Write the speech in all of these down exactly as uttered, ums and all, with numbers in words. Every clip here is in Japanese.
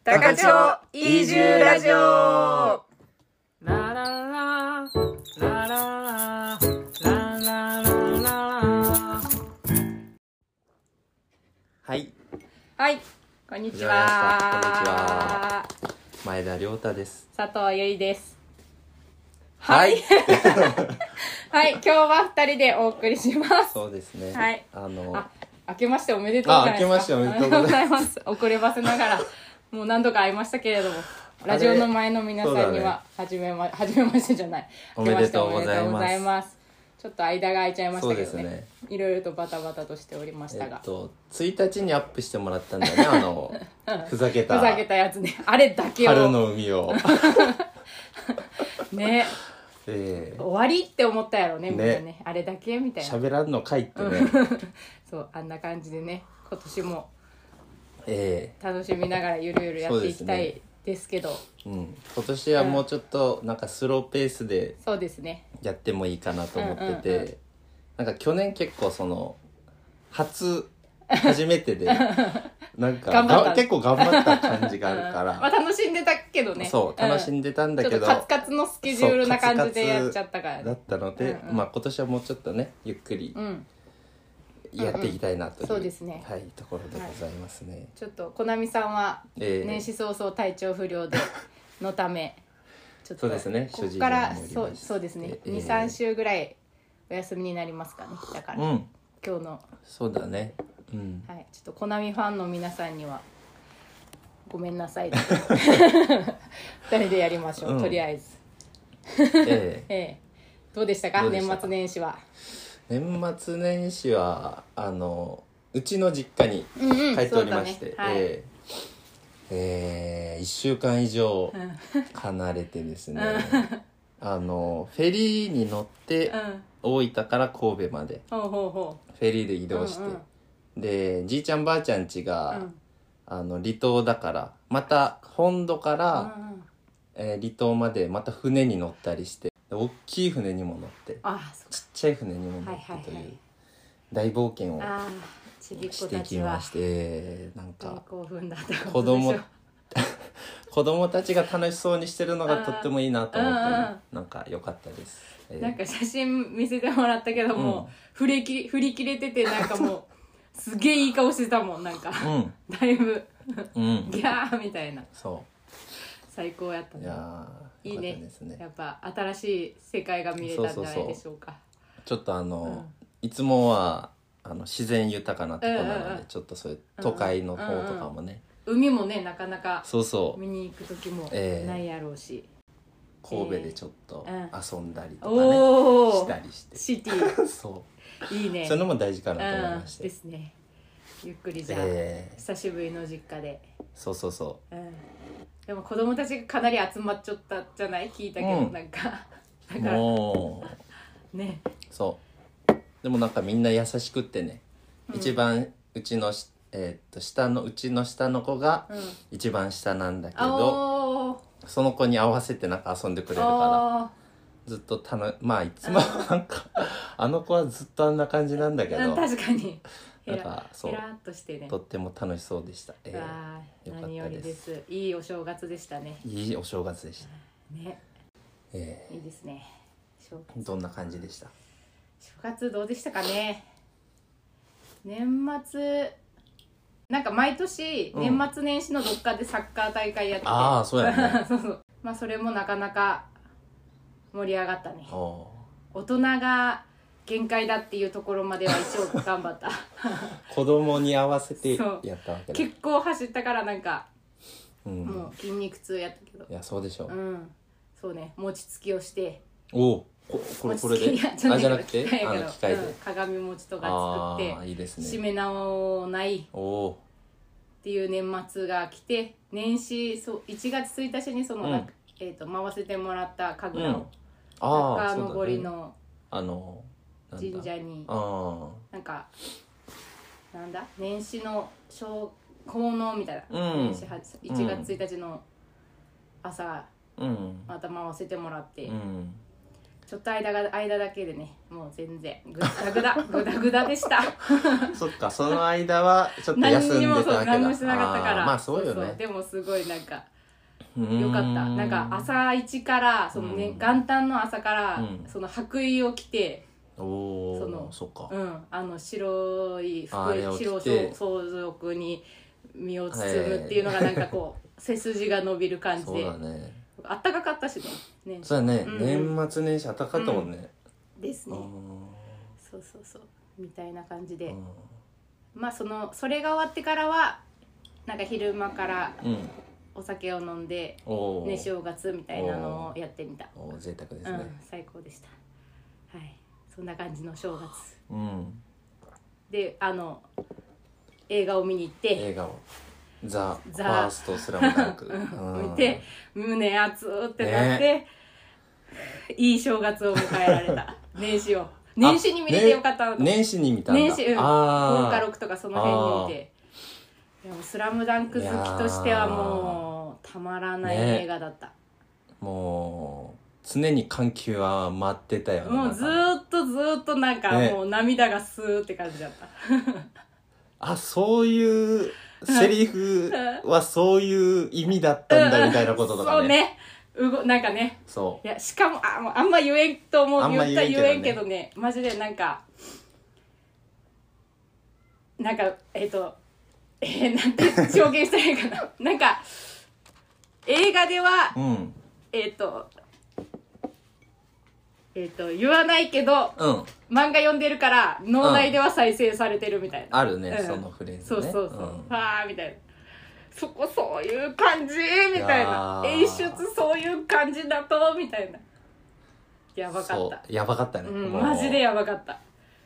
高千穂移住ラジオ。 ラララララララララ。 はい、 はい、こんにち始まりましたこんにちはは。前田亮太です。 佐藤由衣です。 はいはい、今日は二人でお送りします。 そうですね。 はい、 あのあ、明けましておめでとうございます。 あ、明けましておめでとうございます。 遅ればせながらもう何度か会いましたけれども、ラジオの前の皆さんにははじめま、はじめましてじゃない、 おめでとうございます。 明けましておめでとうございます。ちょっと間が空いちゃいましたけどね。 そうですね。 いろいろとバタバタとしておりましたが、 えっとついたちにアップしてもらったんだね。あのふざけたふざけたやつね。あれだけを春の海をね。 えー、 終わりって思ったやろね、みんなね。 ね、 あれだけみたいな。 喋らんのかいってね。 そうあんな感じでね、今年もえ楽しみながらゆるゆるやっていきたいですけど、 ーうん、今年はもうちょっとなんかスローペースでそうですね、 やってもいいかなと思ってて、 うんうんうん、 なんか去年結構その初初めてでなんか頑張ったが結構頑張った感じがあるからまあ楽しんでたけどね。 そう楽しんでたんだけど、 ちょっとカツカツのスケジュールな感じでやっちゃったからね。 だったので、 うんうん、 まあ今年はもうちょっとねゆっくりうんやっていきたいなという、 そうですね、 はい、ところでございますね、はい、 ちょっとコナミさんは年始早々体調不良でのためちょっとそうですね、 ここからそうそうですね、 えー、 にさん週ぐらいお休みになりますかね。だから、うん、今日のそうだね、うん、 はい、ちょっとコナミファンの皆さんにはごめんなさいふたりでやりましょう、うん、とりあえずえええどうでしたか年末年始は。 年末年始はあのうちの実家に帰っておりまして、うんうんね、はい、えーえー、いっしゅうかん以上離れてですね、うん、あのフェリーに乗って、うん、大分から神戸までフェリーで移動して、うんうん、でじいちゃんばあちゃん家が、うん、あの離島だからまた本土から、うんうんえー、離島までまた船に乗ったりして、大きい船にも乗って、ああちっちゃい船にも乗ってという大冒険をしてきまして、なんか子供子供たちが楽しそうにしてるのがとってもいいなと思って、なんか良かったです、 えー、なんか写真見せてもらったけども、うん、振り切振り切れてて、なんかもうすげえいい顔してたもん、なんか、うん、だいぶ、うん、ギャーみたいな。そう最高やったね。いやいいね、ね、やっぱ新しい世界が見れたんじゃないでしょうか。そうそうそうちょっとあの、うん、いつもはあの自然豊かなところなので、うんうん、ちょっとそういう都会の方とかもね、 うんうん、海もねなかなかそうそう見に行く時もないやろうし、 えー、神戸でちょっと遊んだりとかね、 えー、 したりしてシティそういいね、 そういうのも大事かなと思いまして、 うん、ですね。ゆっくりじゃあ、えー、久しぶりの実家でそうそうそう、 うんでも子供たちがかなり集まっちゃったじゃない聞いたけど、うん、なんかだからもうねそうでもなんかみんな優しくってね、うん、一番うちの、えー、っと下のうちの下の子が一番下なんだけど、うん、その子に合わせてなんか遊んでくれるからずっとたのまあいつもなんかあの子はずっとあんな感じなんだけど、 うん、確かになんかそうヘラッとしてね、 とっても楽しそうでした。えー、 あよかったです。何よりです。いいお正月でしたね。 いいお正月でした。 ね。えー、いいですね。 正月どんな感じでした？ 正月どうでしたかね。年末なんか毎年年末年始のどっかでサッカー大会やってて、うん、 ああそうやね。 そうそうまあそれもなかなか盛り上がったね。大人が限界だっていうところまでは一応頑張った子供に合わせてやったわけだ。 結構走ったからなんか、うん、もう筋肉痛やったけど、 いやそうでしょう、 うん、そうね餅つきをして、 おおここれこれであじゃなくてあの機械で、うん、 鏡餅とか作って、 いいですね、 締め直ないっていう年末が来て、年始そういちがつついたちにその、うんえー、と回せてもらった神楽を、うん、中登りのあの神社になんかなんだ年始の小奉納みたいな、うん、年始いちがつついたちの朝、うん、また回せてもらって、うん、 ちょっと間が間だけでねもう全然グダグダグダグダでしたそっかその間はちょっと休んでたわけだ。 何にもそう何もしなかったから。 まあそうよね。 そうそうでもすごいなんかよかった。なんか朝一からそのね元旦の朝から、うん、その白衣を着て、 おそのそっか、 うん、あの白い服白装束に身を包むっていうのがなんかこう背筋が伸びる感じで、 そうだね。 あったかかったしね。 ねそうだね、うん、年末年始あったかかったもんね。 うん、ですね。そうそうそうみたいな感じで、まあそのそれが終わってからはなんか昼間からお酒を飲んで、うん、ね正月みたいなのをやってみた。 おお贅沢ですね、うん。 最高でした。はい、そんな感じの正月。 うん、 であの映画を見に行って。 映画を。ザ・ファーストスラムダンク見て胸熱ってなって、ね、いい正月を迎えられた年始を年始に見れてよかったの、 ね、年始に見たんだ年始、うん、ごかろくとかその辺に見ていやもうスラムダンク好きとしてはもうたまらない映画だった、ね、 もう常に歓喜は待ってたよね。 もうずーっとずーっとなんかもう涙がスーって感じだった、ね、 あそういうセリフはそういう意味だったんだみたいなこととかね。そうね。 うごなんかね。 そう。 いやしかもあもうあんま言えんと思う。言ったら言えんけどね。マジでなんかなんかえっ、ー、とえー、なんて表現したらいいかな。なんか映画では、うん、えっ、ー、とえっ、ー、と言わないけど、うん、漫画読んでるから脳内では再生されてるみたいな、 うん、あるね、うん、そのフレーズね。 そうそうそう、うん、はあみたいなそこそういう感じみたいな演出そういう感じだとみたいなやばかった。 やばかったね、 うん、マジでやばかった。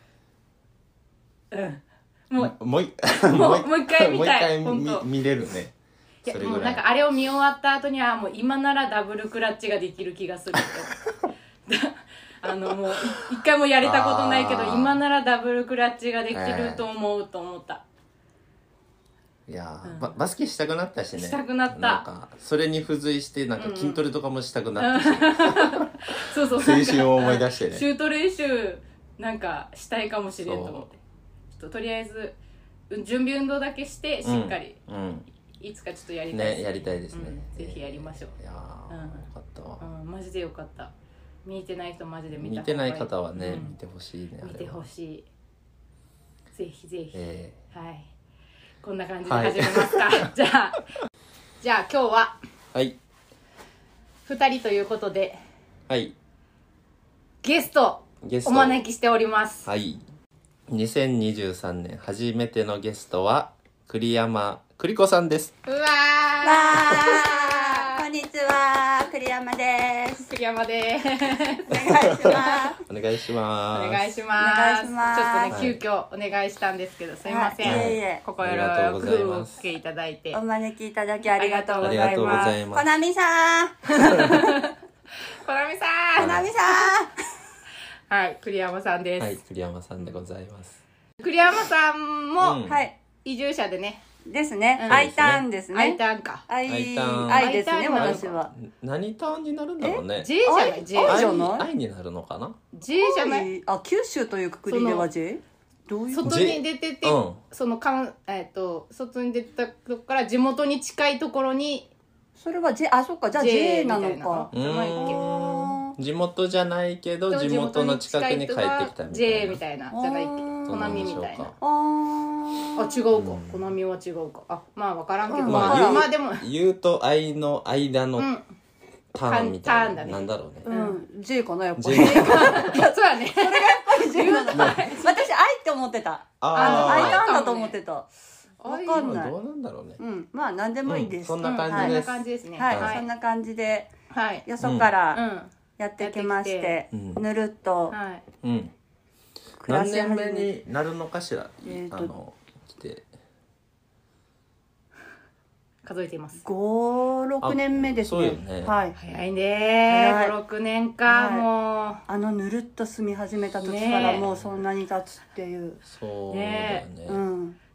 うんもうもう一回見たい。 もう一回 見, 見れるね。 いやもうなんかあれを見終わった後にはもう今ならダブルクラッチができる気がするあのもう一回もやれたことないけど今ならダブルクラッチができると思うと思った、 いや、うん、バ, バスケしたくなったしね。 したくなった。 なんかそれに付随してなんか筋トレとかもしたくなったし、うん、 そうそう青春を思い出してねシュート練習なんかしたいかもしれんと思ってちょっととりあえず準備運動だけしてしっかり、うんうん、いつかちょっとやりたいですね, ねやりたいですね、 うん、ぜひやりましょう。 いやー、うん、よかったわ、 うん、マジでよかった。見てない人マジで見た見てない方はね、うん、見てほしいね。 見てほしい。ぜひぜひ、 えー、はいこんな感じで始めますか、はい、じゃあじゃあ今日ははいふたりということで、 はい、 ゲストお招きしております。 はい、にせんにじゅうさんねん初めてのゲストは栗山栗子さんです。 うわーこんにちは、栗山です。 栗山です。 お願いします。 お願いします。お願いします。ちょっとね、急遽お願いしたんですけど、すいません。はい、いえいえ心よくお付けいただいて。 お招きいただきありがとうございます。 ありがとうございます。 こなみさん。 こなみさん。 こなみさん。はい、栗山さんです。 はい、栗山さんでございます。 栗山さんも、 はい、 移住者でね。 ですね。アイターンですね。 アイターンか。 アイターン。アイですね、私は。 何ターンになるんだろうね。 J じゃない ?J じゃない ?I になるのかな ?J じゃないあ、九州というくくりでは J？ どういう外に出てて、そのかん、えっと、外に出たとこから地元に近いところに。 それは J、あ、そっか、じゃあ J なのか。 地元じゃないけど、地元の近くに帰ってきたみたいな。 J みたいな。じゃないっけ。コナミみたいな。あ、違うか。コナミは違うか。あ、まあ分からんけど、まあ、まあでも言うと愛の間のターンみたいな、なんだろうね。 うん、J かなやっぱり。 そうやね。それがやっぱり J なの。私愛って思ってた。あ、愛なんだと思ってた。わかんない。 どうなんだろうね。 うん、まあ何でもいいです。 そんな感じです。 そんな感じですね。 はい、そんな感じで、よそからやってきまして、ぬるっと。 うん。何年目になるのかしら、えー、あの来て数えています。 ご、ろくねんめですね。 そうよね。 はい。 早いね。ご、ろくねんか、はい、もうあのぬるっと住み始めた時からもうそんなに経つっていう。 そうだよね。 うん。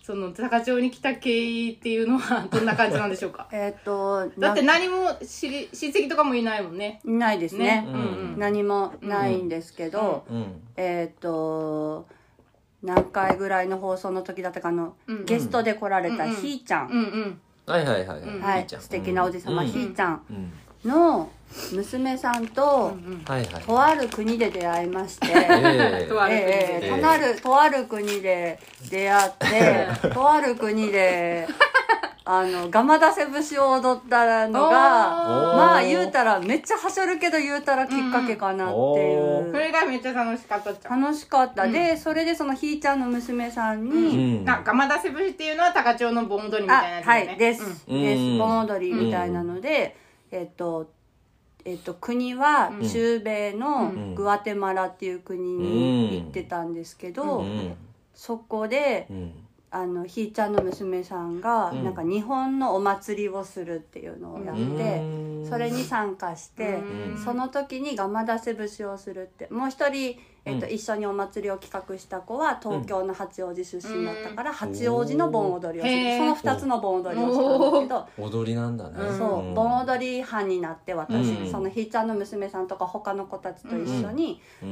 その高千穂に来た経緯っていうのはどんな感じなんでしょうかえっとだって何も知り親戚とかもいないもんね。 いないですね、 ね、うんうん、 何もないんですけど、 うん、 えっと何回ぐらいの放送の時だったかの、うん、ゲストで来られたひーちゃん、 うんうん、 はいはいはい、 うん、はい、素敵なおじさま、うん、ひーちゃんの娘さんと、うんうん、とある国で出会いまして、えー、とある国で、えー、とあるとある国で出会ってとある国であのガマダセ節を踊ったのがまあ言うたらめっちゃはしょるけど言うたらきっかけかなっていう、 うん、それがめっちゃ楽しかったじゃん。 楽しかった、うん、でそれでそのひーちゃんの娘さんに、 うん、ガマダセ節っていうのは高千穂の盆踊りみたいなやつね。 はいです、うん、です盆踊りみたいなので、うん、えっとえっと、国は中米のグアテマラっていう国に行ってたんですけど、うん、そこで、うん、あのひーちゃんの娘さんが、うん、なんか日本のお祭りをするっていうのをやって、うん、それに参加して、うん、その時にガマダセ節をするってもう一人えっと、うん、一緒にお祭りを企画した子は東京の八王子出身だったから、うん、八王子の盆踊りをするそのふたつの盆踊りをしたんだけど踊りなんだね、 そう、うん、盆踊り班になって私、うん、そのひーちゃんの娘さんとか他の子たちと一緒に、うん、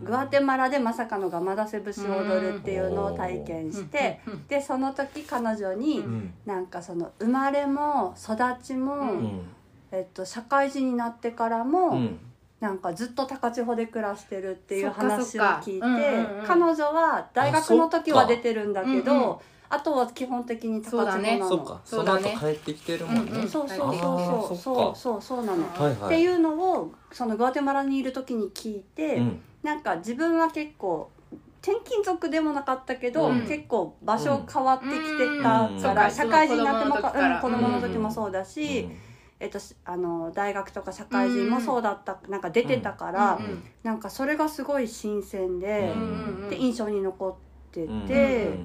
グアテマラでまさかのガマダセ節を踊るっていうのを体験して、うん、でその時彼女に、うん、なんかその生まれも育ちも、うんえっと、社会人になってからも、うんなんかずっと高千穂で暮らしてるっていう話を聞いて、うんうんうん、彼女は大学の時は出てるんだけど あ,、うんうん、あとは基本的に高千穂なの。 そうか、その後帰ってきてるもんね、うんうん、 そうそうそうそうそうそうそうなの、はいはい、っていうのをそのグアテマラにいる時に聞いて、うん、なんか自分は結構転勤族でもなかったけど、うん、結構場所変わってきてたから、うん、社会人になっても子供の時もそうだし、うんえっと、あの大学とか社会人もそうだった、うん、なんか出てたから、うん、なんかそれがすごい新鮮で、うん、で印象に残ってて、うん、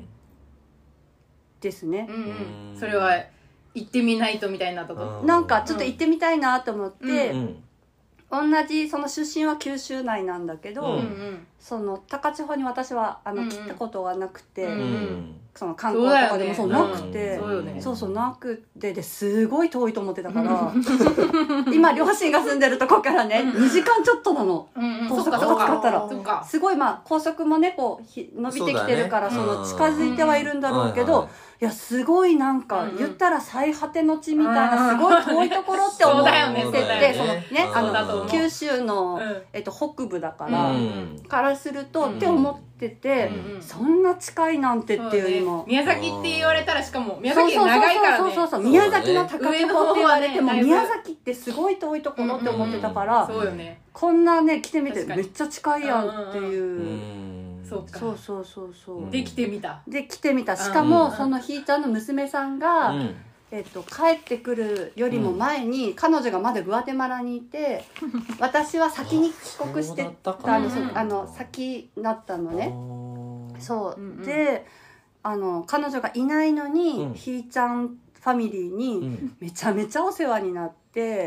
ですね、 うんうん、それは行ってみないとみたいなとこなんかちょっと行ってみたいなと思って、うん、同じその出身は九州内なんだけど、うんうん、その高千穂に私はあの、うん、来たことがなくて、うんうんその観光とかでもそうなくて、そうよね、そうそうなくてですごい遠いと思ってたから今両親が住んでるとこからねにじかんちょっとなの、うんうん、高速とか使ったらすごいまあ高速もねこう伸びてきてるから、その近づいてはいるんだろうけど、いやすごいなんか言ったら最果ての地みたいなすごい遠いところって思ってて、そのねあの九州のえっと北部だからからするとって思っててて、うん、そんな近いなんてっていうのも、 ね、宮崎って言われたらしかも宮崎長いからね、 そうそうそうそうそう宮崎の高千穂って言われても、ね、宮崎ってすごい遠いところって思ってたから、うんうん、 そうよね、 こんなね来てみてめっちゃ近いやんっていう、うんうん、そうかそうそうそうそうで来てみたで来てみたしかも、うん、そのひーちゃんの娘さんが、うんえっと、帰ってくるよりも前に、うん、彼女がまだグアテマラにいて私は先に帰国してたあのあの先だったのねそう、うんうん、であの彼女がいないのに、うん、ひーちゃんファミリーにめちゃめちゃお世話になって、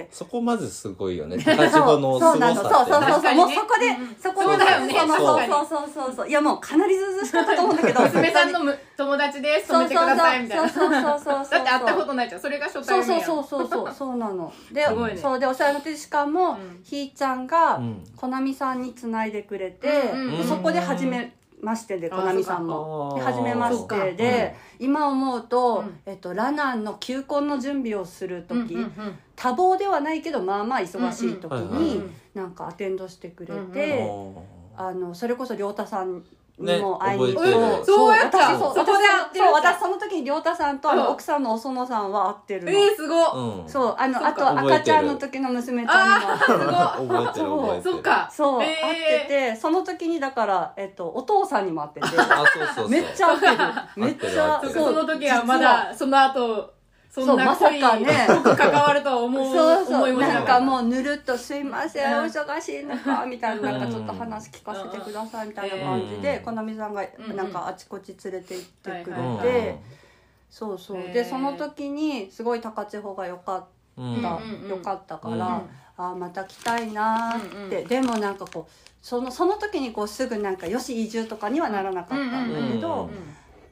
そこまずすごいよね高千穂のすごさって、ね、そうなのそうそうそうそう、 もうそこで、うん、そこでそうだよねそうそうそうそうそういやもうかなりずうずうしかったと思うんだけど娘さんの友達です泊めてくださいみたいなそうそうそうそうだって会ったことないじゃんそれが初対面やそうそうそうそうそうなので、ね、そうでお世話になってしかも、うん、ひーちゃんがコナミさんにつないでくれて、うんうん、そこで初めましてでコナミさんもで初めましてで、うん、今思うと、うんえっと、ラナンの求婚の準備をする時、うんうんうん、多忙ではないけどまあまあ忙しい時に、うんうん、なんかアテンドしてくれて、うんうん、あのそれこそ亮太さんにも会いに行って、 ね、そうやったそうそこで会ってるそう私その時に亮太さんとあの奥さんのお園さんは会ってるの、 えー、すごい、うん、そうあのあと赤ちゃんの時の娘ちゃんにも覚えてる覚えてるそっかそう、えー、会っててその時にだから、えっと、お父さんにも会っててあそうそうそうめっちゃ会ってるめっちゃそうその時はまだその後そんなまさかね関わるとは思うそうそう思いもしなんかもうぬるっとすいませんお忙しいのかみたいななんかちょっと話聞かせてくださいみたいな感じでコナミさんがなんかあちこち連れて行ってくれてそうそうでその時にすごい高千穂が良かった良かったからあまた来たいなってでもなんかこうそのその時にこうすぐなんかよし移住とかにはならなかったんだけど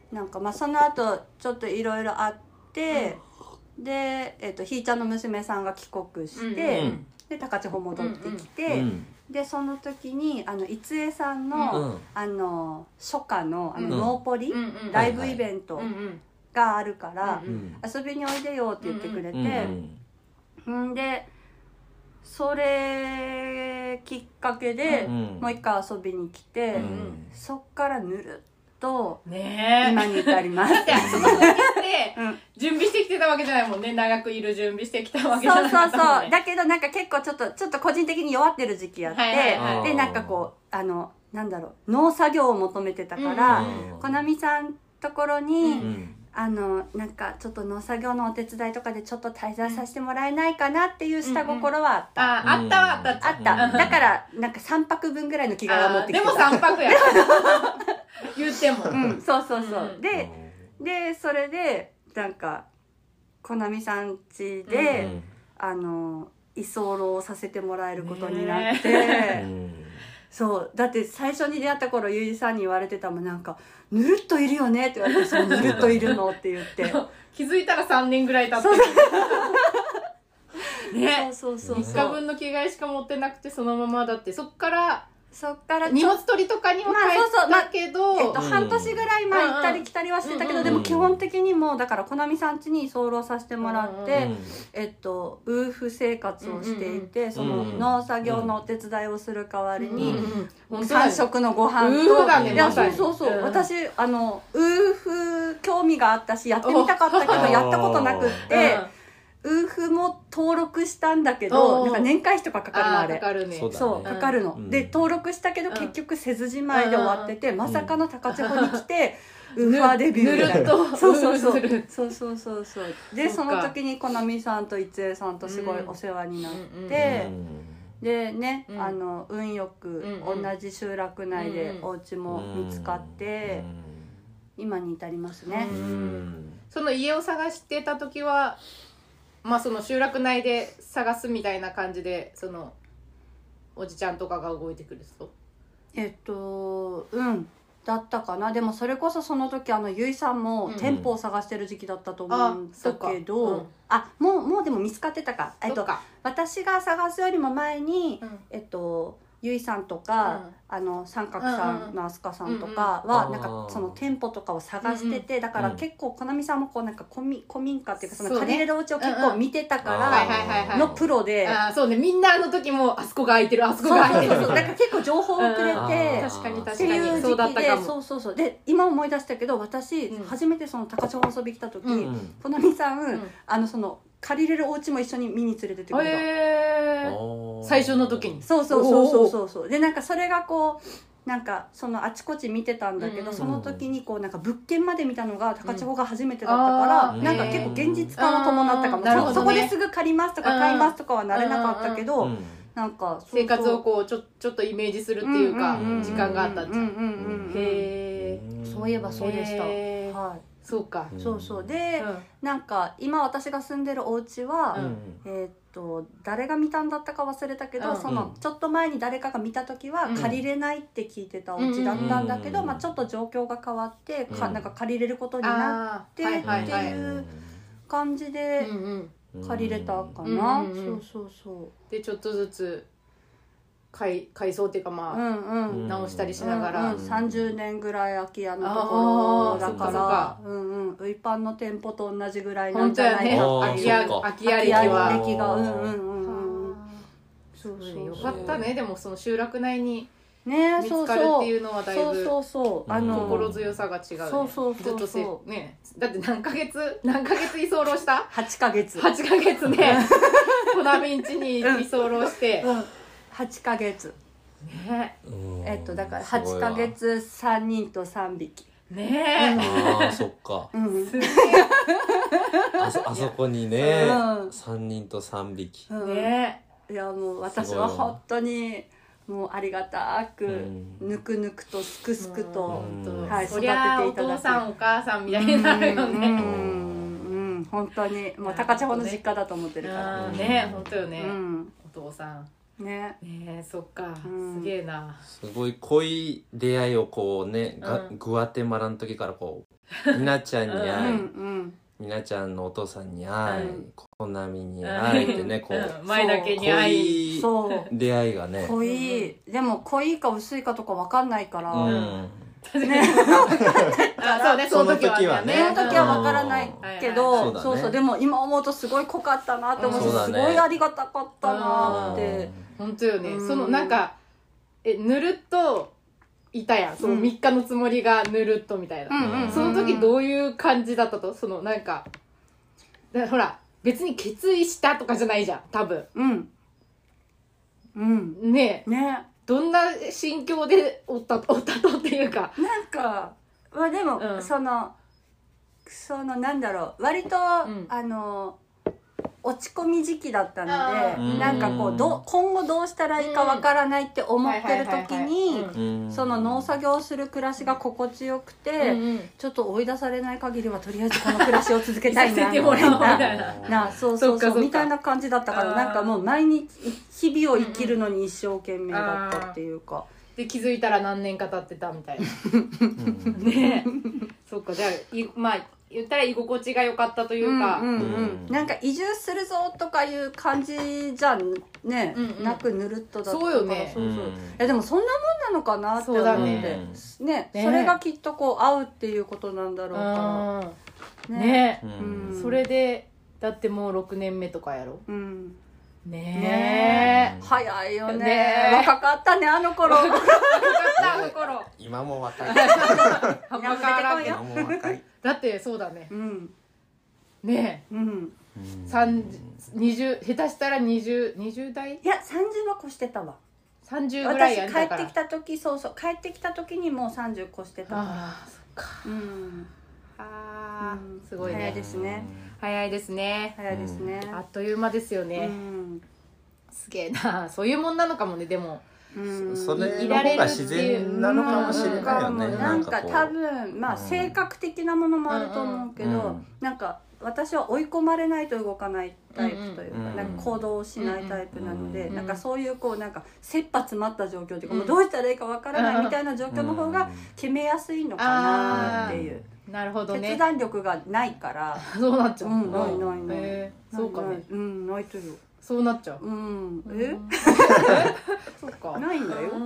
なんかまあその後ちょっといろいろあって、うん、で、えー、とひーちゃんの娘さんが帰国して、うん、で高千穂戻ってきて、うんうん、でその時にあのいつえさんの、うん、あの初夏のあの、うん、ノーポリ、うんうん、ライブイベントがあるから、うんうん、遊びにおいでよって言ってくれて、うんうん、んでそれきっかけで、うん、もう一回遊びに来て、うん、そっからぬるっと今に至ります。 だってその時って準備してきてたわけじゃないもんね。長くいる準備してきたわけじゃなかったもんね。 そうそうそう。だけどなんか結構ちょっとちょっと個人的に弱ってる時期やって、はいはいはい、でなんかこうあのなんだろう農作業を求めてたから、こなみさんところに、うん、あのなんかちょっと農作業のお手伝いとかでちょっと滞在させてもらえないかなっていう下心はあった。 うんうん、あ, あったはあったあった。だからなんかさんぱくぶんぐらいの着替えを持ってきてた。 でもさんぱくや。言っても、 うん、そうそうそう、うん、ででそれでなんかこなみさん家で、うん、あの居候させてもらえることになって、ね、そうだって最初に出会った頃ゆいさんに言われてたもんなんかぬるっといるよねって言われてそうぬるっといるのって言って気づいたらさんねんぐらい経ってるね、 そうそうそうみっかぶんの着替えしか持ってなくてそのままだってそっからそっから荷物取りとかにも帰ったけど、 まあそうそうまあえっと、半年ぐらい前行ったり来たりはしてたけど、うんうん、でも基本的にもうだからこなみさん家に居候させてもらって、うんうん、えっとウーフ生活をしていて、うんうん、その農作業のお手伝いをする代わりに、うんうん、さん食のご飯と、 ウーフだね、 いやそうそうそう、うん、私あのウーフ興味があったしやってみたかったけどやったことなくって、うん、ウーフも登録したんだけどなんか年会費とかかかるのあれかかるねそうかかるの、うん、で登録したけど結局せずじまいで終わってて、うん、まさかの高千穂に来て、うん、ウーファーデビューみたいなそうそうそうそうそうそうそうそうでその時にこなみさんといつえさんとすごいお世話になって、うん、でね、うん、あの運よく同じ集落内でお家も見つかって、うん、今に至りますね、うん、 その家を探してた時はまあその集落内で探すみたいな感じでそのおじちゃんとかが動いてくるとえっとうんだったかな。でもそれこそその時あのゆいさんも店舗を探してる時期だったと思うんだけど、うん、あ, うん、あもうもうでも見つかってたか。えっと私が探すよりも前に、うん、えっとゆいさんとか、うん、あの三角さんのあすかさんとかは、うんうん、なんかその店舗とかを探してて、うんうん、だから結構こなみさんもこうなんか古民古民家っていうかその借りれるお家を結構見てたからのプロで、 あそうねみんなあの時もあそこが空いてるあそこが空いてるそうそうそうだから結構情報をくれて、うん、 確かに確かにそうだったかも。 そうそうそうで今思い出したけど私、うん、初めてその高千穂遊び来た時、うん、こなみさん、うん、あのその借りれるお家も一緒に見に連れてってくれた、 えー、最初の時にそうそうそうそうそうそうでなんかそれがこうなんかそのあちこち見てたんだけど、うん、その時にこうなんか物件まで見たのが高千穂が初めてだったから、うん、なんか結構現実感を伴ったかも、ね、そ, そこですぐ借りますとか買いますとかはなれなかったけど、うんうん、なんかそうそう生活をこうち ょ, ちょっとイメージするっていうか、うんうんうんうん、時間があったんじゃん。へえそういえばそうでした。はいそうか、 そうそうで、うん、なんか今私が住んでるお家は、うん、えー、っと誰が見たんだったか忘れたけど、うん、そのちょっと前に誰かが見た時は借りれないって聞いてたお家だったんだけど、うんまあ、ちょっと状況が変わってか、うん、なんか借りれることになってっていう感じで借りれたかな、うんうん、そうそうそうでちょっとずつ改, 改装っていうかまあ、うんうん、直したりしながら、 うんうん、さんじゅうねんぐらい空き家のところだからうんうんウイパンの店舗と同じぐらいなんじゃないかっていう、 空き家歴は歴がうんうんうんうんそうそうよかったね。でもその集落内にね見つかるっていうのはだいぶそうそうそうあの心強さが違うね。 そうそうそうずっとせねだって何ヶ月何ヶ月居候したはちかげつはちかげつねこなみん家に居候して、 うんうんはちかげつねえっとだからはちかげつさんにんとさんびきねえあーそっか、うん、すげえあ, そあそこにね、うん、さんにんとさんびき、 うん、ねいやもう私は本当にもうありがたく、うん、ぬくぬくとすくすくと、 うんはい、育てていただきお父さんお母さんみたいになるよね、うんうんうん、本当にもう高千穂の実家だと思ってるからね本当よね、うん、お父さんねねそっか、うん、すげえなすごい濃い出会いをこうね、うん、グアテマラの時からこうみなちゃんに会い、 うんうんみなちゃんのお父さんに会い、こなみに会いってね、こう前だけに会い、 そう出会いがね、 濃い、でも濃いか薄いかとか分かんないから、 うんね、あ、そうね、その時はね、 その時は分からないけど、 うん、 そうそう、でも今思うとすごい濃かったなって思って、うん、すごいありがたかったなって。 本当よね、うん、そのなんかえぬるっといたやん、そのみっかのつもりがぬるっとみたいな、うん、その時どういう感じだったと、そのなんかだほら別に決意したとかじゃないじゃん多分、 うんうんねえねどんな心境でおったおったとっていうか、 なんかまあでも、うん、そのそのなんだろう割と、うん、あの落ち込み時期だったので、なんかこうど今後どうしたらいいかわからないって思ってる時に、その農作業をする暮らしが心地よくて、うんうん、ちょっと追い出されない限りはとりあえずこの暮らしを続けたいなみたいななそうそうそうみたいな感じだったから、なんかもう毎日日々を生きるのに一生懸命だったっていうか。 で気づいたら何年か経ってたみたいなねえそっか、じゃあいまあ言ったら居心地が良かったというか、 うんうんうんうん、なんか移住するぞとかいう感じじゃね、うんうん、なくぬるっとだったから、 そうよね、 そうそう、うん、いやでもそんなもんなのかなって思って、ねね、それがきっとこう合うっていうことなんだろうからね, ね、うん、それでだってもうろくねんめとかやろ、 うんねえ、 早いよね。若かったねあの頃。 若かったあの頃。 今も若い。 今も若い。だってそうだね。 うん。 ねえ。うん。三二十下手したら二十二十代？ いや三十は越してたわ。 三十ぐらいやったから。 私帰ってきた時そうそう帰ってきた時にもう三十越してたから。 ああそっか。 うん。 ああすごいね。 早いですね。 早いですね。 早いですね。 あっという間ですよね。うん、すげえな、そういうもんなのかもね、でも。 うん、それの方が自然なのかもしれないよね。 なんか多分まあ性格的なものもあると思うけど、うん、なんか私は追い込まれないと動かないタイプというか、うん、なんか行動しないタイプなので、うん、なんかそういうこうなんか切羽詰まった状況というか、うん、もうどうしたらいいかわからないみたいな状況の方が決めやすいのかなっていう。 なるほどね。 決断力がないからそうなっちゃう、うん、 ないないない、 えー、そうかね、 うんないとよそうなっちゃう、 うん、えそうかないんだよ、うん、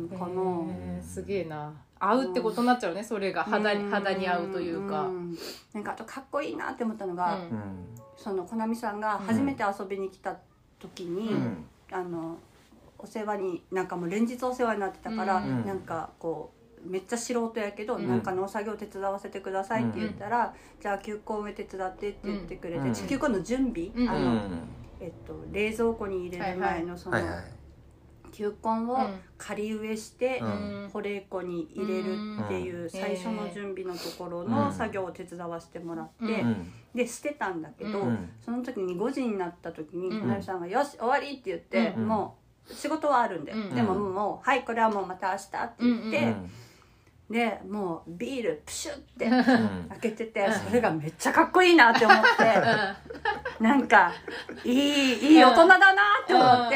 うん、かな、 えー、すげえな、合うってことになっちゃうね、それが肌に肌に合うというか、うん、 なんかあとかっこいいなって思ったのが、うん、そのコナミさんが初めて遊びに来た時に、うん、あのお世話になんかもう連日お世話になってたから、うん、なんかこうめっちゃ素人やけど、うん、なんか農作業手伝わせてくださいって言ったら、うん、じゃあ球根植え手伝ってって言ってくれて、うん、球根の準備、うん、あの、えっと、冷蔵庫に入れる前のその、はいはい、球根を仮植えして、うん、保冷庫に入れるっていう最初の準備のところの作業を手伝わせてもらって、うん、でしてたんだけど、うん、その時にごじになった時にコナミさんが「よし終わり!」って言って、うん、もう仕事はあるんで、うん、でももう「はいこれはもうまた明日」って言って、うんでもうビールプシュって開けてて、それがめっちゃかっこいいなって思ってなんかいいいい大人だなって思って、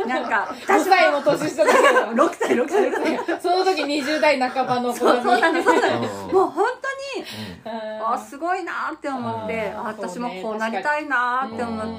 なんかごさいも年下だけどろくさいろくさいろくさいその時にじゅう代半ばの子供にそうなんですもう本当にあすごいなって思って、私もこうなりたいなって思って。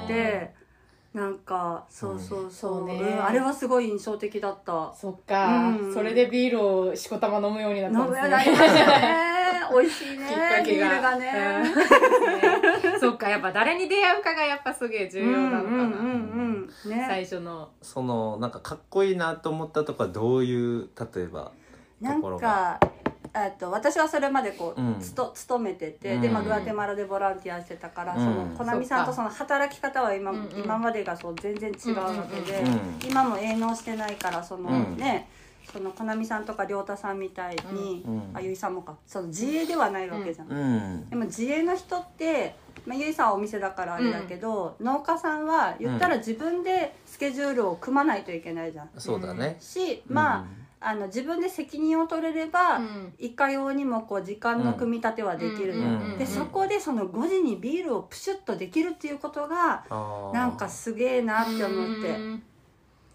なんかそうそうそう、ねうん、あれはすごい印象的だった。 そっか、うん、それでビールをしこたま飲むようになったんですね。飲むようになりましたね。美味しいね。きっかけがビールがね。 うん、そっか、やっぱ誰に出会うかがやっぱすげえ重要なのかな。うんうんうんうん、ね、最初のそのなんかかっこいいなと思ったとかどういう例えばところが。 なんかえっと私はそれまでこう、うん、つと勤めてて、うん、で、まあ、グアテマラでボランティアしてたから、うん、そのコナミさんとその働き方は今、うん、今までがそう全然違うわけで、うんうんうん、今も営農してないからその、うん、ねそのコナミさんとか亮太さんみたいに、うん、あゆいさんもかその自営ではないわけじゃん、うん、でも自営の人って、まあ、ゆいさんはお店だからあれだけど、うん、農家さんは言ったら自分でスケジュールを組まないといけないじゃん、 そうだねしまあ、うんあの自分で責任を取れれば、うん、いかようにもこう時間の組み立てはできる、うん、でそこでそのごじにビールをプシュッとできるっていうことがなんかすげえなって思って、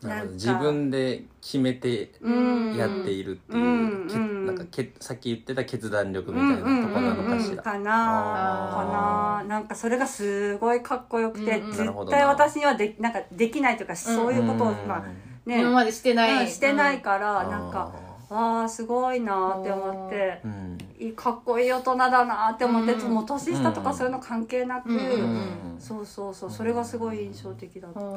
自分で決めてやっているっていう、うんうん、なんかけさっき言ってた決断力みたいなところなのかしら、うんうんうん、 かなかななんかそれがすごいかっこよくて、うん、絶対私にはでなんかできないというか、うん、そういうことを、まあね、今までしてない、 うん、してないから、うん、なんかあーすごいなって思って、うん、かっこいい大人だなって思って、うん、もう年下とかそういうの関係なく、うん、そうそうそう、それがすごい印象的だった、うん、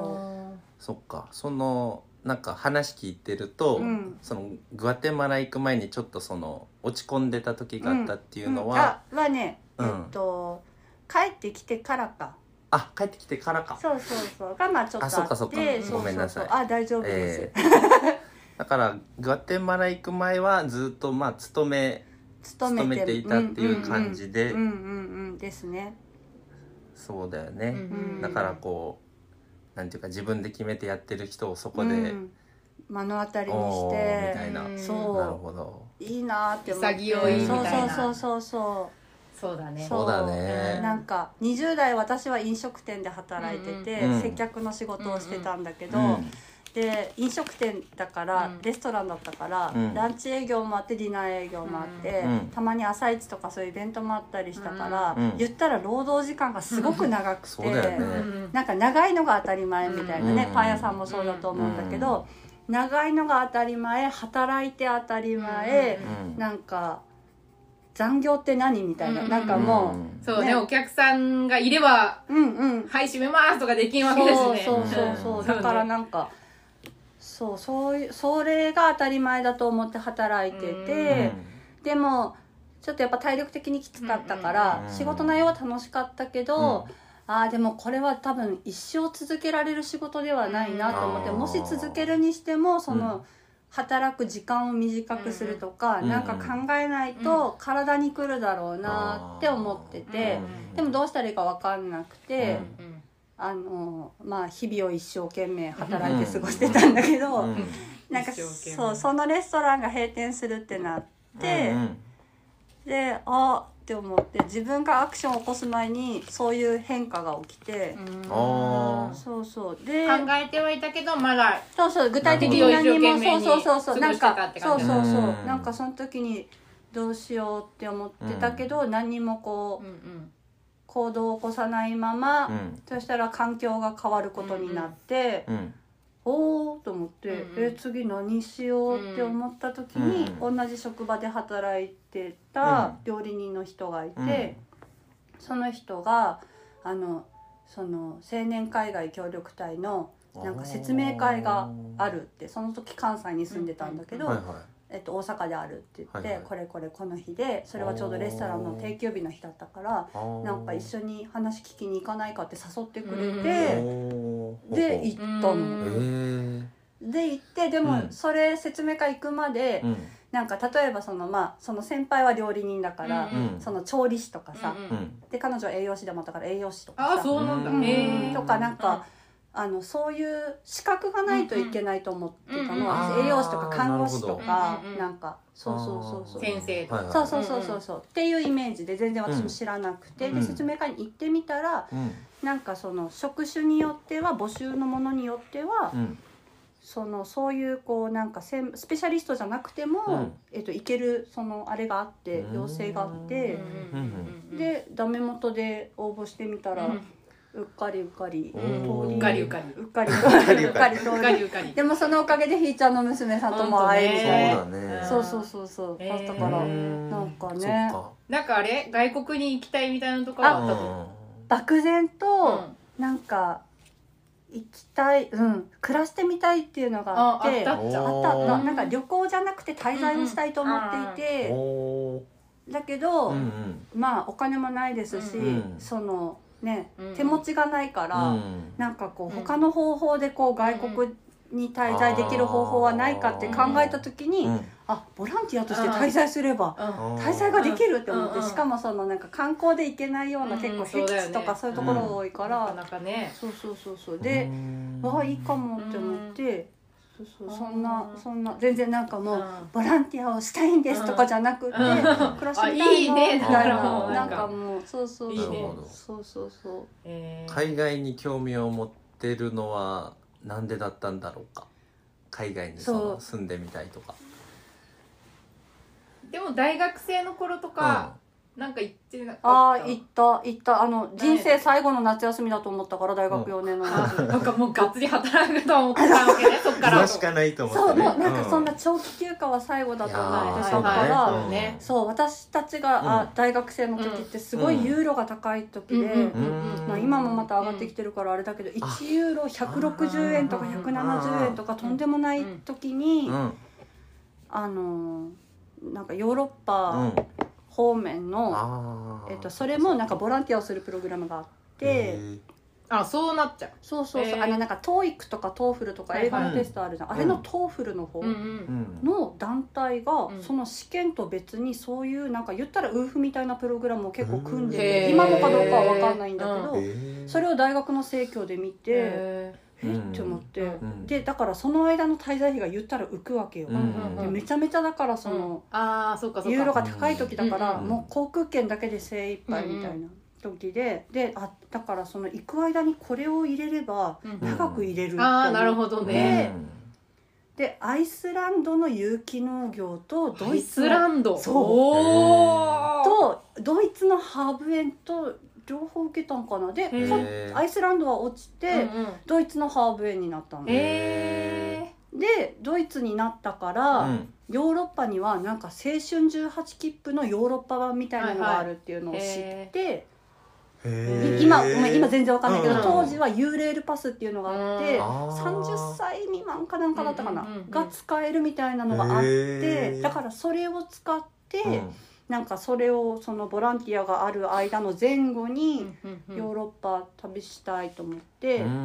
そっか。そのなんか話聞いてると、うん、そのグアテマラ行く前にちょっとその落ち込んでた時があったっていうのは、 うんうん、あはね、うん、えっと帰ってきてからか。 あ、帰ってきてからか。 そうそうそうがまあちょっとあって、あ、そっかそっか、ごめんなさい。あ、大丈夫です。えーだからグアテマラ行く前はずっとまあ勤め勤めていたっていう感じで、 うんうんうんですね。 そうだよね、うんうん、だからこうなんていうか自分で決めてやってる人をそこで、うん、 目の当たりにしてみたいな、 そう、 なるほど、 いいなって思って、 潔いみたいな、 そうそうそうそうそうだね、 そうだね。 なんかにじゅう代私は飲食店で働いてて、うんうん、接客の仕事をしてたんだけど、うんうん、で飲食店だから、うん、レストランだったから、うん、ランチ営業もあってディナー営業もあって、うん、たまに朝市とかそういうイベントもあったりしたから、うん、言ったら労働時間がすごく長くて、うんね、なんか長いのが当たり前みたいなね、うん、パン屋さんもそうだと思うんだけど、うん、長いのが当たり前、働いて当たり前、うん、なんか残業って何みたいな、うん、なんかもう、 うん、そうね、お客さんがいれば、うんうん、はい閉めますとかできんわけですね。 そうそうそうそう、うん、だからなんかそうそういうそれが当たり前だと思って働いてて、うん、でもちょっとやっぱ体力的にきつかったから、うん、仕事内容は楽しかったけど、うん、ああでもこれは多分一生続けられる仕事ではないなと思って、うん、もし続けるにしてもその、うん、働く時間を短くするとか、うん、なんか考えないと体にくるだろうなって思ってて、うん、でもどうしたらいいか分かんなくて、うん、あのまあ日々を一生懸命働いて過ごしてたんだけど、うん、なんかそうそのレストランが閉店するってなって、うん、であって思って自分がアクションを起こす前にそういう変化が起きて、うん、そうそうで考えてはいたけどまだそうそう具体的に何もそうそうそうそうなんかそうそうそうなんかその時にどうしようって思ってたけど、うん、何もこう、うんうん、行動を起こさないまま、うん、そしたら環境が変わることになって、うんうん、おーと思って、うんうん、え次何しようって思った時に、うん、同じ職場で働いてた料理人の人がいて、うん、その人があのその青年海外協力隊のなんか説明会があるってその時関西に住んでたんだけど、うんはいはいえっと、大阪であるって言って、はいはい、これこれこの日でそれはちょうどレストランの定休日の日だったからなんか一緒に話聞きに行かないかって誘ってくれてで行ったので行ってでもそれ説明会行くまで、うん、なんか例えばそのまあその先輩は料理人だから、うん、その調理師とかさ、うん、で彼女は栄養士でもあったから栄養士とかさあそうなんだ、 うん、とかなんかあのそういう資格がないといけないと思ってたのは、うんうん、栄養士とか看護師とかな, なんかそうそうそうそう先生とかそうそうそうそうそうっていうイメージで全然私も知らなくて、うん、で説明会に行ってみたら、うん、なんかその職種によっては募集のものによっては、うん、そのそういうこうなんかスペシャリストじゃなくても、うんえっと、いけるそのあれがあって要請があってでダメ元で応募してみたら、うんうっかりうっかりうっかりうっかりうっかりうっかりうっかりうっかりでもそのおかげでひーちゃんの娘さんとも会えるしそうそうそうそうだったからなんかねなんかあれ外国に行きたいみたいなとこあったと漠然となんか行きたいうん暮らしてみたいっていうのがあってあったっちゃあったなんか旅行じゃなくて滞在をしたいと思っていてだけどまあお金もないですしそのね、うん、手持ちがないから、うん、なんかこう他の方法でこう外国に滞在できる方法はないかって考えた時に、うん、あボランティアとして滞在すれば滞在ができるって思ってしかもそのなんか観光で行けないような結構僻地とかそういうところが多いからそうそうそうそうでわあいいかもって思ってそうそうそんなそんな全然なんかもうボランティアをしたいんですとかじゃなくて暮らしてみたいのみたいななんかもうそうそうそうそうそうそう海外に興味を持ってるのはなんでだったんだろうか海外にその住んでみたいとか。 でも大学生の頃とか、うん、なんか行ってなかった。 ああ行った行ったあの人生最後の夏休みだと思ったから大学よねんの夏、 うん、なんかもうがっつり働くと思ってたわけねそっから今しかないと思って、ね、 そうもうなんかそんな長期休暇は最後だと思ってたから、うん、そう私たちが、うん、あ大学生の時ってすごいユーロが高い時で、まあ、今もまた上がってきてるからあれだけどいちユーロひゃくろくじゅうえんとかひゃくななじゅうえんとかとんでもない時に、うん、あのなんかヨーロッパ方面の、うんえっと、それもなんかボランティアをするプログラムがあってあそうなっちゃうそうそうそうあのなんか トーイック とか トーフル とか英語のテストあるじゃん、はいはい、あれの トーフル の方の団体がその試験と別にそういうなんか言ったらウーフみたいなプログラムを結構組んでて今もかどうかは分かんないんだけどそれを大学の生協で見てえって思って、うん、でだからその間の滞在費が言ったら浮くわけよ、うん、でめちゃめちゃだからその、うん、 あそうかそうかユーロが高い時だから、うん、もう航空券だけで精一杯みたいな時で、うん、であだからその行く間にこれを入れれば長く入れるって思って、うん、 あなるほどねでアイスランドの有機農業とドイツのアイスランドそうとドイツのハーブ園と両方受けたんかなでアイスランドは落ちて、うんうん、ドイツのハーブ園になったのでドイツになったから、うん、ヨーロッパにはなんか青春じゅうはち切符のヨーロッパ版みたいなのがあるっていうのを知って、はいはい、今今全然わかんないけど、うん、当時はユーレールパスっていうのがあって、うん、さんじゅっさい未満かなんかだったかな、うんうんうん、が使えるみたいなのがあってだからそれを使って、うんなんかそれをそのボランティアがある間の前後にヨーロッパ旅したいと思って、うん、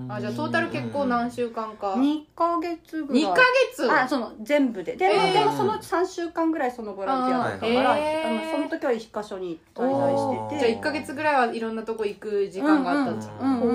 あじゃあトータル結構何週間かにかげつぐらいにかげつあその全部ででも、えー、でもそのうちさんしゅうかんぐらいそのボランティアだったから、えー、あのその時はいっか所に滞在しててじゃあいっかげつぐらいはいろんなとこ行く時間があったんですか、うんうん、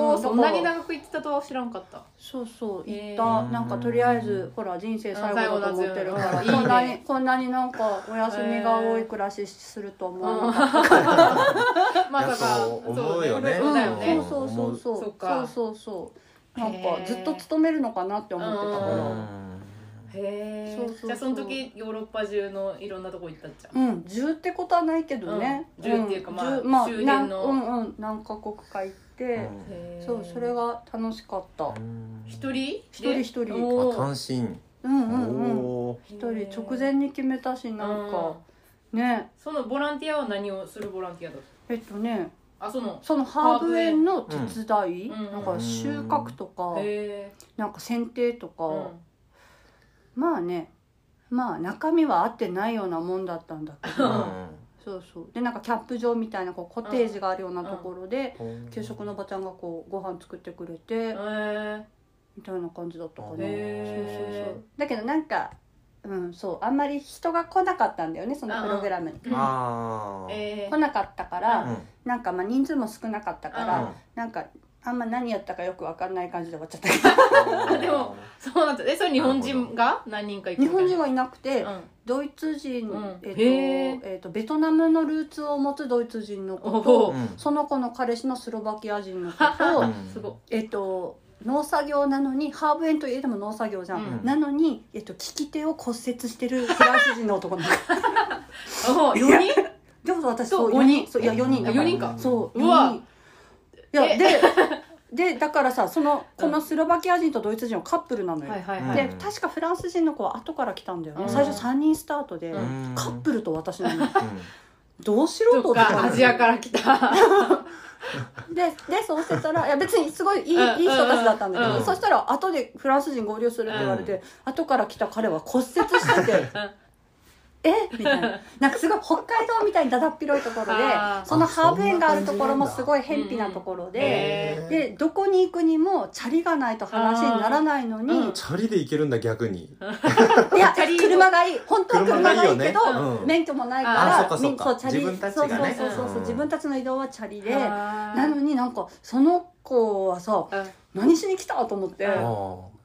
おそんなに長く行ってたとは知らんかったそうそう行った、えー、なんかとりあえずほら人生最後だと思ってるからこんなにこんなになんかお休みが多い暮らしすると思わなかったからまさか思うよねそうそうそうそうそうそうそうなんかずっと勤めるのかなって思ってたからへえじゃあその時ヨーロッパ中のいろんなとこ行ったっちゃううんじゅうってことはないけどね、 うん、じゅうっていうかまあ、まあ、周辺のうんうん何カ国か行って、うん、そうそれが楽しかった一人一人一人あ単身うんうんうん一人直前に決めたしなんかねそのボランティアは何をするボランティアだったえっとねあそのそのハーブ園の手伝い、うん、なんか収穫とか、うん、なんか剪定とか、うん、まあねまあ中身は合ってないようなもんだったんだけど、うん、そうそうでなんかキャンプ場みたいなこうコテージがあるようなところで、うん、給食のおばちゃんがこうご飯作ってくれて、うん、みたいな感じだったかな、そうそうそうだけどなんかうんそうあんまり人が来なかったんだよねそのプログラムに、 あえー、来なかったから、うん、なんかまあ人数も少なかったから、うん、なんかあんま何やったかよく分かんない感じで終わっちゃったけどでもそうなんだえそれ日本人が何人かいる日本人はいなくて、うん、ドイツ人、うんえーとえーと、ベトナムのルーツを持つドイツ人の子と、うん、その子の彼氏のスロバキア人の子とすごいえっ、ー、と農作業なのにハーブ園といえども農作業じゃん、うん、なのに、えっと、利き手を骨折してるフランス人の男の子よにんでも私そうよにんそういやよにんだからよにんかそうよにんいやででだからさそのこのスロバキア人とドイツ人はカップルなのよ、うん、で確かフランス人の子は後から来たんだよね、うん、最初さんにんスタートで、うん、カップルと私なの、うん、どうしろとかアジアから来たで, でそうしてたらいや別にすごいいい、いい人たちだったんだけど、うん、そしたら後でフランス人合流するって言われて、うん、後から来た彼は骨折しててえみたいななんかすごい北海道みたいにだだっ広いところでそのハーブ園があるところもすごい偏僻なところで、うん、でどこに行くにもチャリがないと話にならないのに、 うん、チャリで行けるんだ逆にいや車がいい本当は車がいいけど、ねうん、免許もないからあそうかそうかそうチャリ自分たちがねそうそうそうそう、うん、自分たちの移動はチャリでなのになんかその子はさ、うん、何しに来たと思って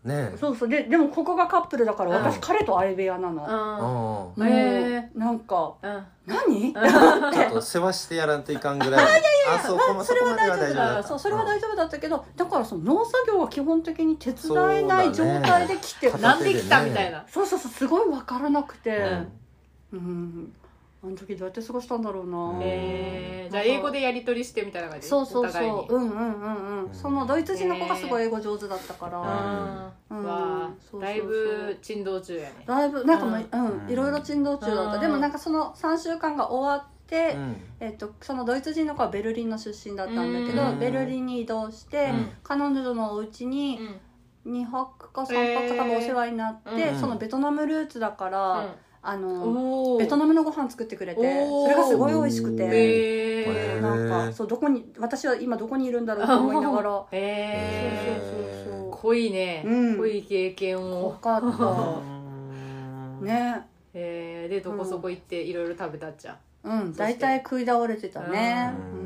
ねそうそうででもここがカップルだから私、うん、彼と相部屋なの。うん、へえなんか、うん、何？ちょっと世話してやらんといかんぐらい。 あいやいやあそうそれは大丈夫だそうそれは大丈夫だったけど、だからその農作業は基本的に手伝えない状態で来て、 ね、なんで来たみたいな。 そうそうそうすごい分からなくて、うん、うんあの時どうやって過ごしたんだろうな。 えー、じゃあ英語でやり取りしてみたいな感じ。 そうそうそううんうんうんうんそのドイツ人の子がすごい英語上手だったから、 うん、わあだいぶ珍道中やね。 だいぶなんかもう、うん、いろいろ珍道中だった。でもなんかそのさんしゅうかんが終わって、うんえー、とそのドイツ人の子はベルリンの出身だったんだけど、ベルリンに移動して、うん、彼女のお家ににはくかさんぱくか多分お世話になって、えー、そのベトナムルーツだから、うんあのベトナムのご飯作ってくれてそれがすごい美味しくて、えー、なんかそうどこに私は今どこにいるんだろうと思いながらえー、そうそうそうそう濃いね、うん、濃い経験を濃かったねえー、でどこそこ行っていろいろ食べたっちゃうん大体食い倒れてたね、 うん、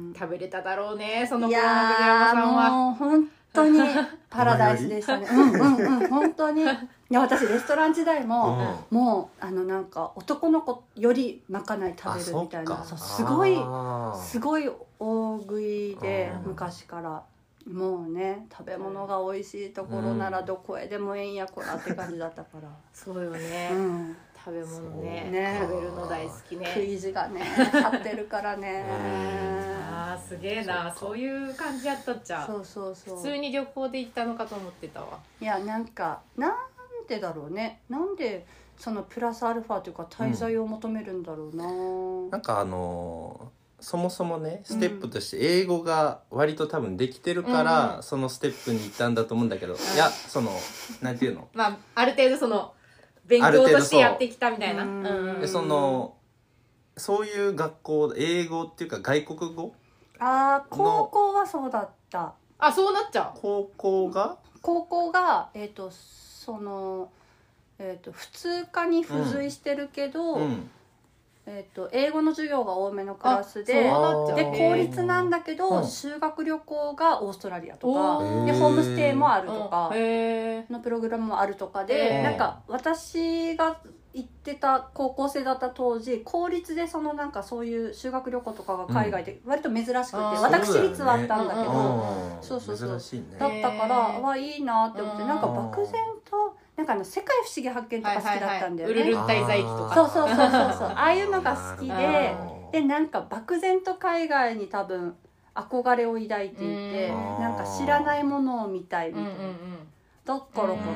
食べれただろうねその頃の栗山さんは。もう本当にパラダイスでしたねうんうんうん本当にいや私レストラン時代も、うん、もうあのなんか男の子よりまかない食べるみたいなそうすごいすごい大食いで昔からもうね食べ物が美味しいところならどこへでもええんやこらって感じだったからそうよね、うん、食べ物 ね, ね食べるの大好きね食い意地がね張ってるからねあーすげえな そ, そういう感じやったっちゃそうそうそう普通に旅行で行ったのかと思ってたわ。 いやなんかなんでだろうねなんでそのプラスアルファというか滞在を求めるんだろうな、うん、 なんかあのー、そもそもねステップとして英語が割と多分できてるから、うん、そのステップに行ったんだと思うんだけど、うん、いやそのなんていうのまあある程度その勉強としてやってきたみたいな、うん、 でそのそういう学校英語っていうか外国語ああ高校はそうだったあそうなっちゃう高校が高校がえっ、ー、とその、えー、と普通科に付随してるけど、うんうんえー、と英語の授業が多めのクラス で, で公立なんだけど、うん、修学旅行がオーストラリアとかでホームステイもあるとかのプログラムもあるとかでなんか私が行ってた高校生だった当時公立でそのなんかそういう修学旅行とかが海外で割と珍しくて、うん、私立はあったんだけどそうそうそう、ね、だったからわいいなって思ってなんか漠然となんかあの世界不思議発見とか好きだったんだよね、 はいはいはい、ウルルン滞在記とかそうそうそうそうそうああいうのが好きででなんか漠然と海外に多分憧れを抱いていてなんか知らないものを見たいみたいな、うんうんうん、だからかな、ね、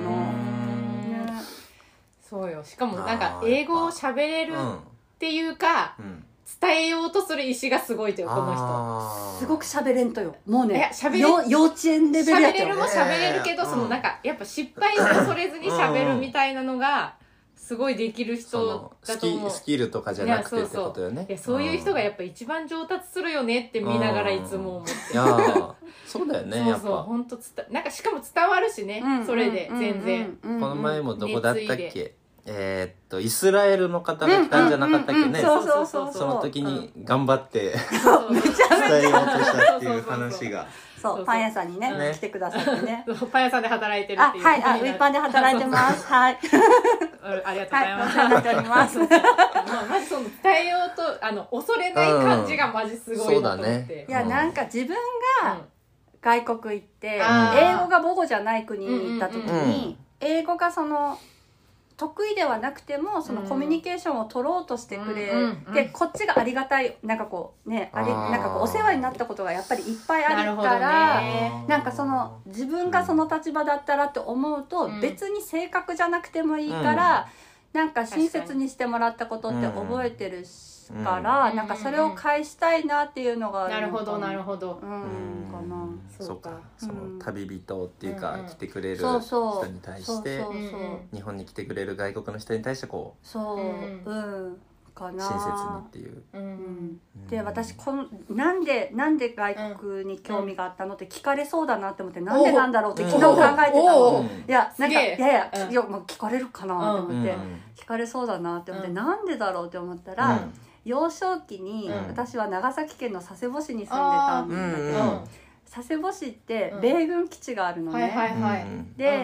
そうよしかもなんか英語を喋れるっていうか、うん、伝えようとする意志がすごいとよこの人すごく喋れんとよもうね喋れ幼稚園レベルやったよ喋れるも喋れるけど、えー、そのなんかやっぱ失敗を恐れずに喋るみたいなのがすごいできる人だと思う。 スキルとかじゃなくてってことよね。 いやそういう人がやっぱ一番上達するよねって見ながらいつも思って。 いやそうだよね。 そうそう本当伝なんかしかも伝わるしね、うん、それで全然、 うんうん、この前もどこだったっけ。えー、っとイスラエルの方が来たんじゃなかったっけね。 そうそうそうその時に頑張って、 うん、めちゃめちゃ伝えようとしたっていう話が。 そうパン屋さんにね、うん、来てくださってね。 パン屋さんで働いてるっていう。 あはいあウィッパンで働いてます。はい。 ありがとうございます。 はい、お世話になっております。 まあマジその伝えようとあの恐れない感じがマジすごいなと思って。うんね、 いやなんか自分が外国行って、うん、英語が母語じゃない国に行った時に、うん、英語がその得意ではなくてもそのコミュニケーションを取ろうとしてくれて、うんでこっちがありがたいなんかこうねありなんかこうお世話になったことがやっぱりいっぱいあるから な, なんかその自分がその立場だったらって思うと、うん、別に性格じゃなくてもいいから、うん、なんか親切にしてもらったことって覚えてるから、うん、なんかそれを返したいなっていうのがあるのかな。 なるほどなるほど、 うん、かな。 そうかその旅人っていうか、うん、来てくれる人に対して日本に来てくれる外国の人に対してこうそう、うんかな親切にっていう、 うん、で私このなんでなんで外国に興味があったのって聞かれそうだなって思って、うん、なんでなんだろうって昨日考えてたの。いやなんかいやいや、うん、いやもう聞かれるかなって思って、うん、聞かれそうだなって思って、うん、なんでだろうって思ったら、うん、幼少期に私は長崎県の佐世保市に住んでたんだけど、佐世保市って米軍基地があるのね、 うんはいはいはい、 で、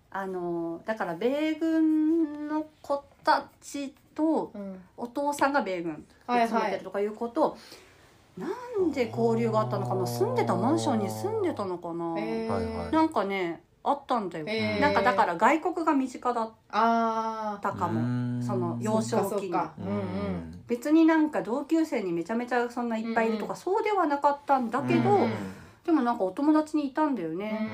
あのだから米軍の子たちとお父さんが米軍で勤めてるとかいうことを、なんで交流があったのかな、住んでたマンションに住んでたのかな、なんかねあったんだよ。なんかだから外国が身近だったかも、その幼少期に。別になんか同級生にめちゃめちゃそんないっぱいいるとかそうではなかったんだけど、でもなんかお友達にいたんだよね。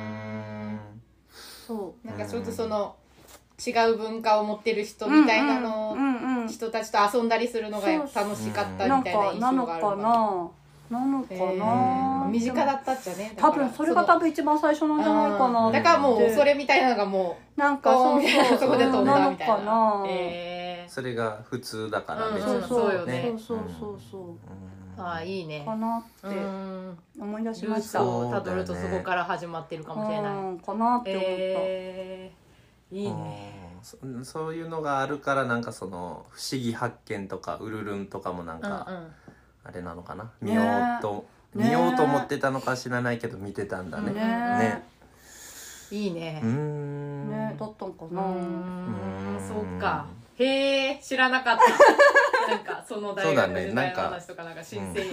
そうなんかちょっとその違う文化を持ってる人みたいなの人たちと遊んだりするのが楽しかったみたいな印象があるのかな。 なのかな、 身近だったっちゃね。 多分それが多分一番最初なんじゃないかな。 だからもうそれみたいなのがもうなんかそうそうそこで飛んだみたいな。 なそれが普通だから別にそうよね。そうそうそうそう。 ああいいね。 かなって思い出しました。 ルーツをたどるとそこから始まってるかもしれない。 かなって思った。 いいね。 そ, そういうのがあるからなんかその不思議発見とかウルルンとかもなんか、うんうん、あれなのかな、見ようと、ね、見ようと思ってたのか知らないけど見てたんだね。ね。ねいいね。 うーんねだったんかな。うーんそうか。へえ知らなかった。なんかその大学時代の話とかなんか新鮮。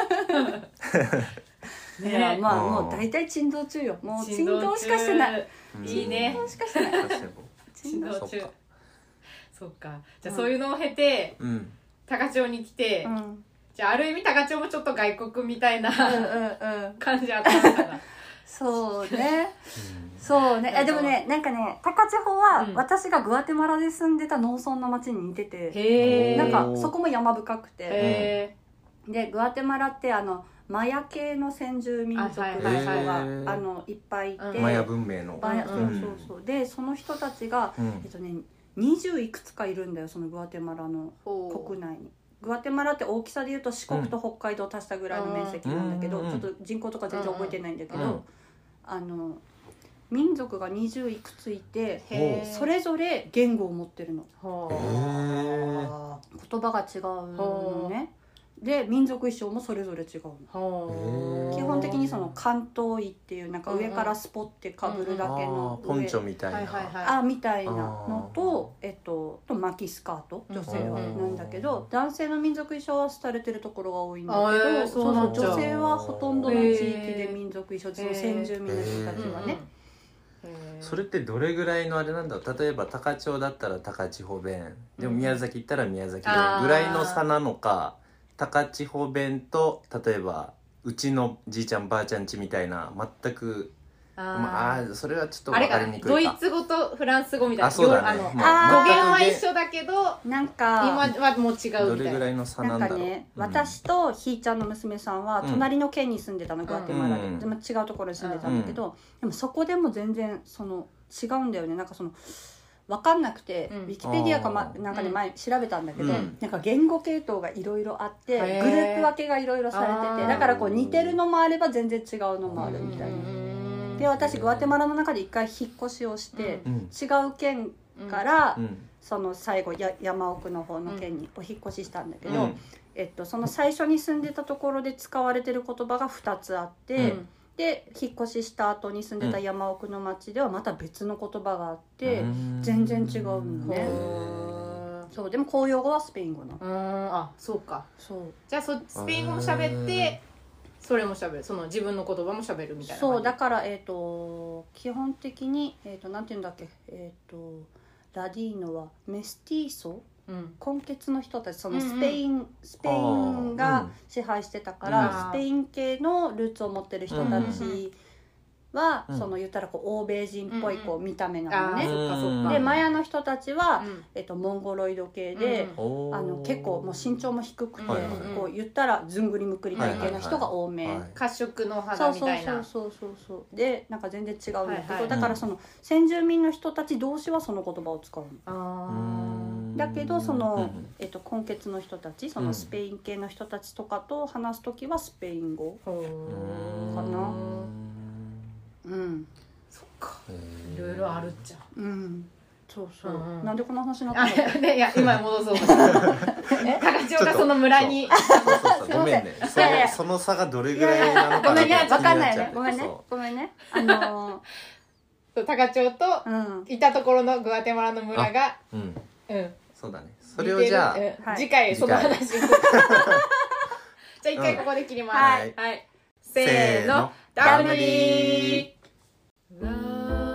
ねまあもう大体珍道中よ。もう珍道しかしてない。 いいね。 珍道しかしてない。 珍道中。そうか。じゃあそういうのを経て高千穂に来て、じゃあある意味高千穂もちょっと外国みたいな感じあったのかな。 そうね。そうね。でもねなんかね高千穂は私がグアテマラで住んでた農村の町に似てて、なんかそこも山深くて、でグアテマラってあのマヤ系の先住民族の人があのいっぱいいて、 マヤ文明のマヤそうそうそうでその人たちがえっとねにじゅういくつかいるんだよ、そのグアテマラの国内に。グアテマラって大きさでいうと四国と北海道を足したぐらいの面積なんだけど、ちょっと人口とか全然覚えてないんだけど、あの民族がにじゅういくついてそれぞれ言語を持ってるの。言葉が違うのね。で民族衣装もそれぞれ違うの。基本的にその関東衣っていうなんか上からスポってかぶるだけのポンチョみたいなあみたいなのとえっとと巻きスカート女性はなんだけど、男性の民族衣装は廃れてるところが多いんだけど、そうそう女性はほとんどの地域で民族衣装その先住民の人たちはね。 それってどれぐらいのあれなんだろう。例えば高千穂だったら高千穂弁でも宮崎行ったら宮崎弁ぐらいの差なのか、高千穂弁と例えばうちのじいちゃんばあちゃんちみたいな全くあ、まあ、それはちょっと分かりにくいか。 ドイツ語とフランス語みたいな。 あ、そうだね。 語源は一緒だけどなんか今はもう違うみたいな。 どれぐらいの差なんだろう。 なんかね、うん、私とひーちゃんの娘さんは隣の県に住んでたの、グアテマラで、うん、でも違うところに住んでたんだけど、うん、でもそこでも全然その違うんだよね。なんかその分かんなくて、うん、ウィキペディアか、ま、なんかで前調べたんだけど、うん、なんか言語系統がいろいろあってグループ分けがいろいろされてて、だからこう似てるのもあれば全然違うのもあるみたいな。で私グアテマラの中で一回引っ越しをして、うん、違う県から、うん、その最後や山奥の方の県にお引っ越ししたんだけど、うんえっと、その最初に住んでたところで使われてる言葉がふたつあって、うんで引っ越しした後に住んでた山奥の町ではまた別の言葉があって、うん、全然違うのね。そうでも公用語はスペイン語なの。 うんあそうか。 そうじゃあそスペイン語も喋ってそれも喋る、その自分の言葉も喋るみたいな。 そうだからえっ、ー、と基本的にえっ、ー、となんていうんだっけえっ、ー、とラディーノはメスティーソうん、根血の人たちそのスペイン、うんうん、スペインが支配してたから、うん、スペイン系のルーツを持ってる人たちは、うん、その言ったらこう欧米人っぽいこう見た目なのね、うん、でマヤの人たちは、うんえっと、モンゴロイド系で、うん、あの結構もう身長も低くて、うん、こう言ったらずんぐりむくり体型の人が多め、はいはいはい、 褐色の肌みたいなそうそうそうそうそうでなんか全然違うんだけど、はいはい、だからその先住民の人たち同士はその言葉を使うの。あだけどその、うんえっと、根血の人たちそのスペイン系の人たちとかと話すときはスペイン語かな。うん、 そっかいろいろあるっちゃうんそうそう、うん、なんでこの話になったのいや今戻そう高千穂がその村にそうそうそうごめんねその、その差がどれぐらいなのかごめんね分かんないねごめんねごめんねあのーそう高千穂といたところのグアテマラの村がうんうんそうだね。それをじゃあ、 うん、次回その話する。じゃあ一回ここで切ります。 はい。 はい、せーの、ダブリー。